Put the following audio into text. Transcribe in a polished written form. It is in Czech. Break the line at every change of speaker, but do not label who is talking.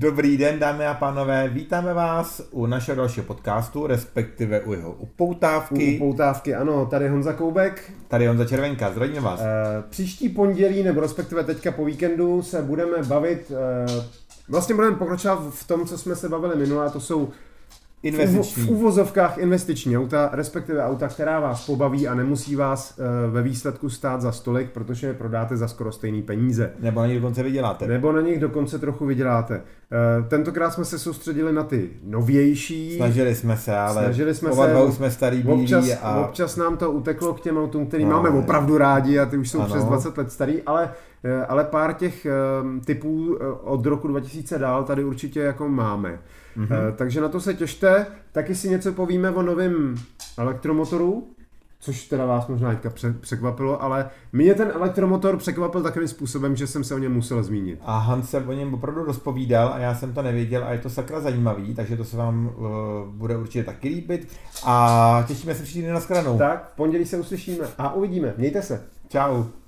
Dobrý den, dámy a pánové, vítáme vás u našeho dalšího podcastu, respektive u jeho upoutávky.
Upoutávky, ano, tady Honza Koubek.
Tady Honza Červenka, zdravíme vás.
Příští pondělí, nebo respektive teďka po víkendu, se budeme bavit, vlastně budeme pokračovat v tom, co jsme se bavili minule, a to jsou v uvozovkách investiční auta, respektive auta, která vás pobaví a nemusí vás ve výsledku stát za stolik, protože je prodáte za skoro stejný peníze.
Nebo na nich dokonce vyděláte.
Nebo na nich dokonce trochu vyděláte. Tentokrát jsme se soustředili na ty novější.
Snažili jsme se, ale oba dva jsme starý bílí.
Občas nám to uteklo k těm autům, který máme opravdu rádi a ty už jsou přes 20 let starý, ale pár těch typů od roku 2000 dál tady určitě jako máme. Mm-hmm. Takže na to se těšte, taky si něco povíme o novém elektromotoru, což teda vás možná teďka překvapilo, ale mě ten elektromotor překvapil takovým způsobem, že jsem se o něm musel zmínit.
A Hans se o něm opravdu rozpovídal a já jsem to nevěděl a je to sakra zajímavý, takže to se vám bude určitě taky líbit a těšíme se všichni na shledanou.
Tak, v pondělí se uslyšíme a uvidíme. Mějte se.
Čau.